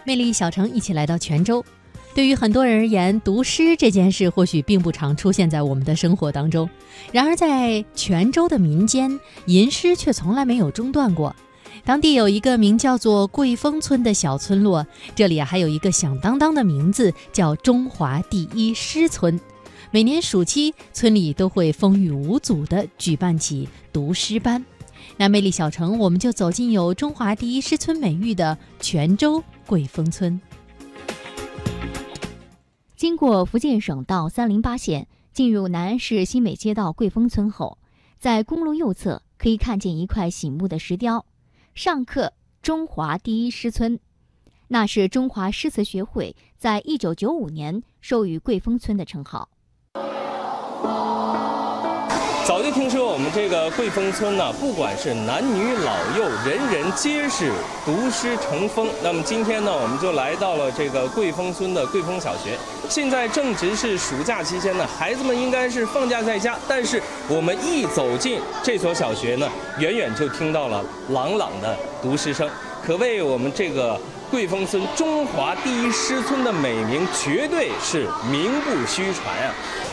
魅力小城一起来到泉州。对于很多人而言，读诗这件事或许并不常出现在我们的生活当中，然而在泉州的民间，吟诗却从来没有中断过。当地有一个名叫做桂峰村的小村落，这里还有一个响当当的名字，叫中华第一诗村。每年暑期，村里都会风雨无阻地举办起读诗班。那魅力小城，我们就走进有中华第一诗村美誉的泉州桂峰村。 经过福建省道308线，进入南安市新美街道桂峰村后，在公路右侧可以看见一块醒目的石雕，上刻中华第一诗村。那是中华诗词学会在1995年授予桂峰村的称号。 早就听说我们这个桂峰村呢，不管是男女老幼，人人皆是读诗成风。那么今天呢，我们就来到了这个桂峰村的桂峰小学。现在正值是暑假期间呢，孩子们应该是放假在家，但是我们一走进这所小学呢，远远就听到了朗朗的读诗声，可谓我们这个桂峰村中华第一诗村的美名，绝对是名不虚传啊。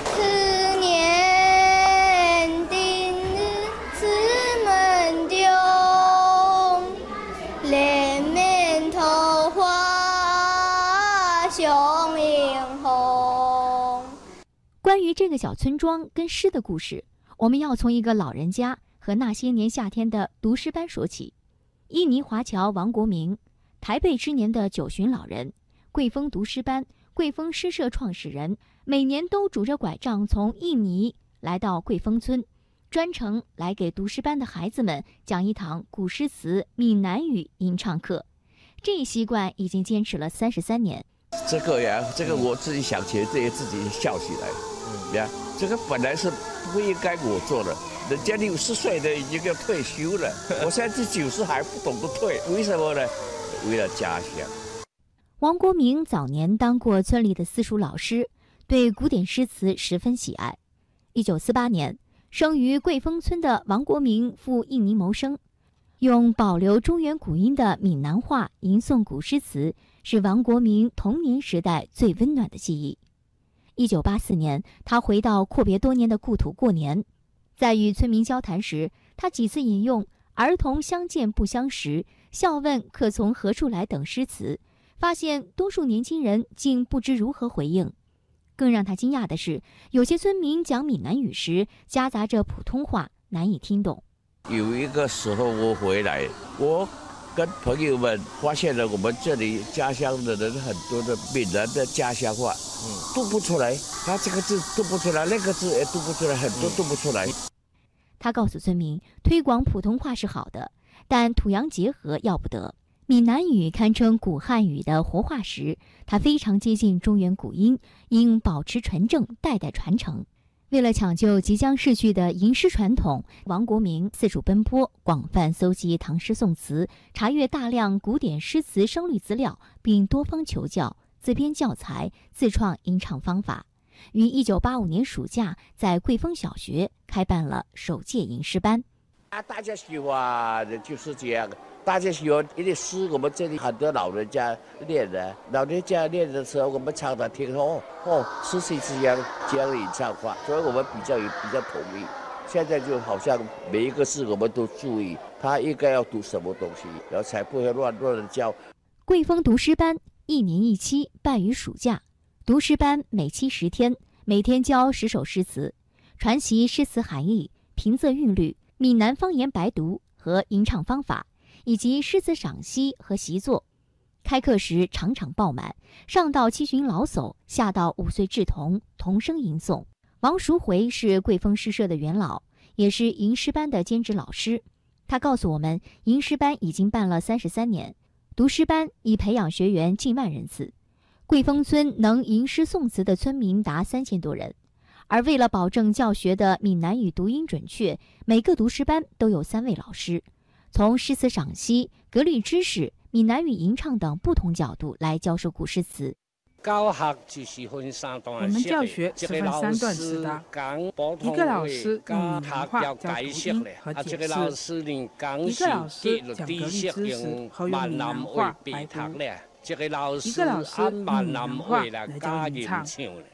关于这个小村庄跟诗的故事，我们要从一个老人家和那些年夏天的读诗班说起。印尼华侨王国明，台北之年的9旬老人，桂峰读诗班、桂峰诗社创始人，每年都拄着拐杖从印尼来到桂峰村，专程来给读诗班的孩子们讲一堂古诗词闽南语吟唱课。这一习惯已经坚持了33年。 这个我自己想起来，这也自己笑起来。这个本来是不应该我做的，人家60岁的已经要退休了，我现在这90还不懂得退，为什么呢？为了家乡。 王国明早年当过村里的私塾老师，对古典诗词十分喜爱。1948年，生于桂峰村的王国明赴印尼谋生，用保留中原古音的闽南话吟诵古诗词，是王国明童年时代最温暖的记忆。1984年，他回到阔别多年的故土过年，在与村民交谈时，他几次引用“儿童相见不相识，笑问客从何处来”等诗词，发现多数年轻人竟不知如何回应。更让他惊讶的是，有些村民讲闽南语时夹杂着普通话，难以听懂。 有一个时候我回来，我跟朋友们发现了我们这里家乡的人很多的闽南的家乡话，读不出来，他这个字读不出来，那个字也读不出来，很多读不出来。 他告诉村民，推广普通话是好的，但土洋结合要不得。闽南语堪称古汉语的活化石，它非常接近中原古音，应保持纯正，代代传承。为了抢救即将逝去的吟诗传统，王国明四处奔波，广泛搜集唐诗宋词，查阅大量古典诗词声律资料，并多方求教，自编教材，自创吟唱方法。于1985年暑假，在桂峰小学开办了首届吟诗班。 大家喜欢就是这样，大家喜欢一点诗，我们这里很多老人家练的，老人家练的时候，我们常常听说诗是这样的演唱法，所以我们比较统一。现在就好像每一个字我们都注意，他应该要读什么东西，然后才不会乱的教。 桂峰读诗班1年1期，办于暑假。读诗班每期10天，每天教10首诗词，传习诗词含义、平仄韵律、闽南方言白读和吟唱方法，以及诗词赏析和习作。开课时场场爆满，上到7旬老叟，下到5岁稚童，同声吟诵。王淑回是桂峰诗社的元老，也是吟诗班的兼职老师。他告诉我们，吟诗班已经办了33年，读诗班已培养学员近万人次。桂峰村能吟诗诵词的村民达3000多人，而为了保证教学的闽南语读音准确，每个读诗班都有3位老师，从诗词赏析、格律知识、闽南语吟唱等不同角度来教授古诗词。 我们教学是分3段式的，一个老师用闽南话教读音和解释，一个老师讲格律知识和用闽南话白读。 一个老师用闽南话来教吟唱。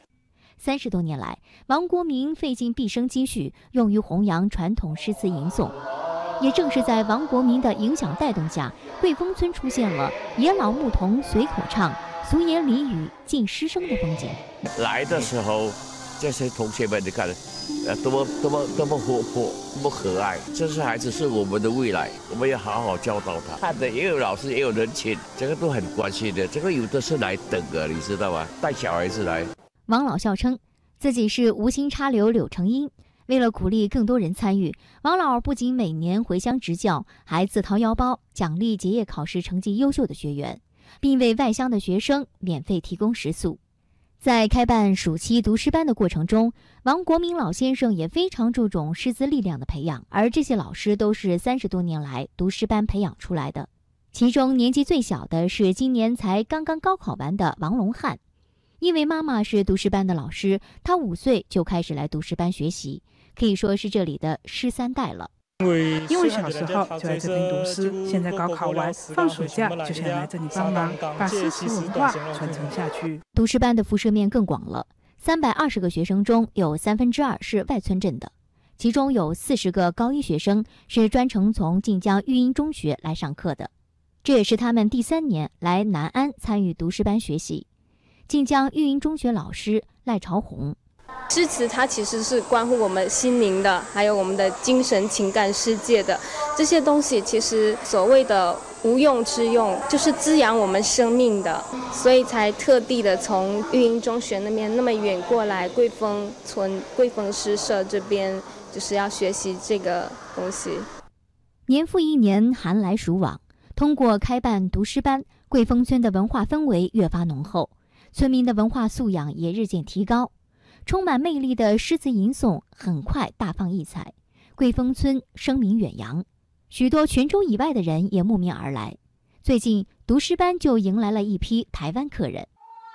30多年来，王国明费尽毕生积蓄，用于弘扬传统诗词吟诵。也正是在王国明的影响带动下，桂峰村出现了野老牧童随口唱、俗言俚语尽诗声的风景。 来的时候，这些同学们，你看，多么活泼，多么可爱。这些孩子是我们的未来，我们要好好教导他。看的也有老师，也有人情，这个都很关心的。这个有的是来等的，你知道吗？带小孩子来。 王老笑称自己是无心插柳柳成荫。为了鼓励更多人参与，王老不仅每年回乡执教，还自掏腰包奖励结业考试成绩优秀的学员，并为外乡的学生免费提供食宿。在开办暑期读诗班的过程中，王国明老先生也非常注重师资力量的培养，而这些老师都是30多年来读诗班培养出来的。其中年纪最小的是今年才刚刚高考完的王龙汉。因为妈妈是读诗班的老师，他5岁就开始来读诗班学习，可以说是这里的诗3代了。 因为小时候就在这边读诗，现在高考完放暑假就想来这里帮忙，把诗词文化传承下去。 读诗班的辐射面更广了，320个学生中有2/3是外村镇的，其中有40个高一学生是专程从晋江育英中学来上课的，这也是他们第3年来南安参与读诗班学习。晋江育英中学老师赖朝红， 诗词它其实是关乎我们心灵的，还有我们的精神情感世界的这些东西，其实所谓的无用之用，就是滋养我们生命的，所以才特地的从育英中学那边那么远过来桂峰村桂峰诗社这边，就是要学习这个东西。 年复一年，寒来暑往，通过开办读诗班，桂峰村的文化氛围越发浓厚，村民的文化素养也日渐提高，充满魅力的诗词吟诵很快大放异彩，桂峰村声名远扬，许多泉州以外的人也慕名而来。最近读诗班就迎来了一批台湾客人。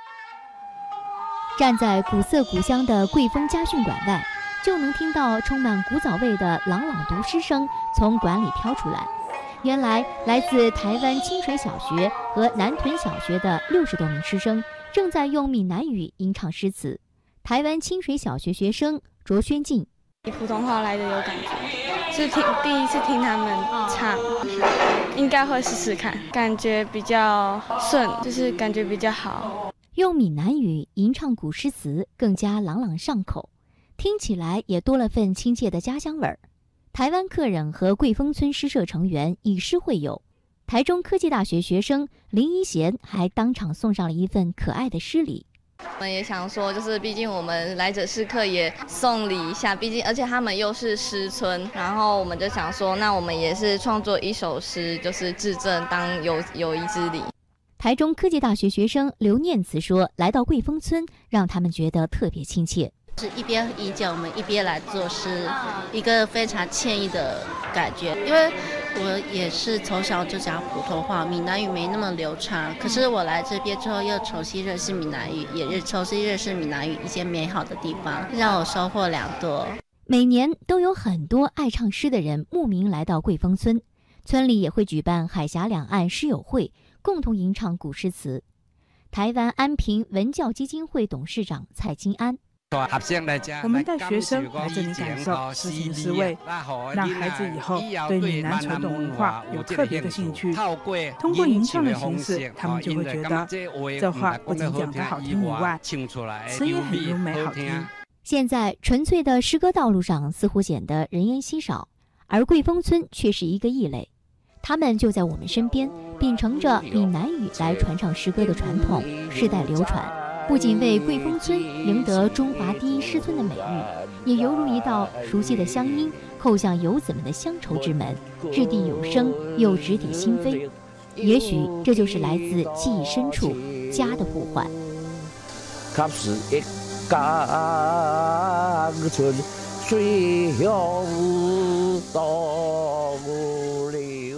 站在古色古香的桂峰家训馆外，就能听到充满古早味的朗朗读诗声从馆里飘出来。原来来自台湾清水小学和南屯小学的60多名师生正在用闽南语吟唱诗词。台湾清水小学学生卓宣静， 比普通话来的有感觉，是第一次听他们唱，应该会试试看，感觉比较顺，就是感觉比较好。 用闽南语吟唱古诗词更加朗朗上口，听起来也多了份亲切的家乡味儿。台湾客人和桂峰村诗社成员以诗会友，台中科技大学学生林一贤还当场送上了一份可爱的诗礼。 我们也想说，就是毕竟我们来者是客，也送礼一下，毕竟而且他们又是诗村，然后我们就想说，那我们也是创作一首诗，就是致赠当友谊之礼。 台中科技大学学生刘念慈说，来到桂峰村让他们觉得特别亲切， 是一边吟讲我们一边来作诗，一个非常惬意的感觉。因为我也是从小就讲普通话，闽南语没那么流畅，可是我来这边之后又重新认识闽南语，也重新认识闽南语一些美好的地方，让我收获良多。 每年都有很多爱唱诗的人慕名来到桂峰村，村里也会举办海峡两岸诗友会，共同吟唱古诗词。台湾安平文教基金会董事长蔡金安， 我们带学生来这里感受诗情诗味，让孩子以后对闽南传统文化有特别的兴趣。通过吟唱的形式，他们就会觉得这话不仅讲得好听以外，词也很优美好听。 现在纯粹的诗歌道路上似乎显得人烟稀少，而桂峰村却是一个异类。他们就在我们身边，秉承着闽南语来传唱诗歌的传统，世代流传。不仅为桂峰村赢得中华第一诗村的美誉，也犹如一道熟悉的乡音，叩向游子们的乡愁之门，掷地有声，又直抵心扉。也许这就是来自记忆深处家的呼唤。 他是一江春水向东流。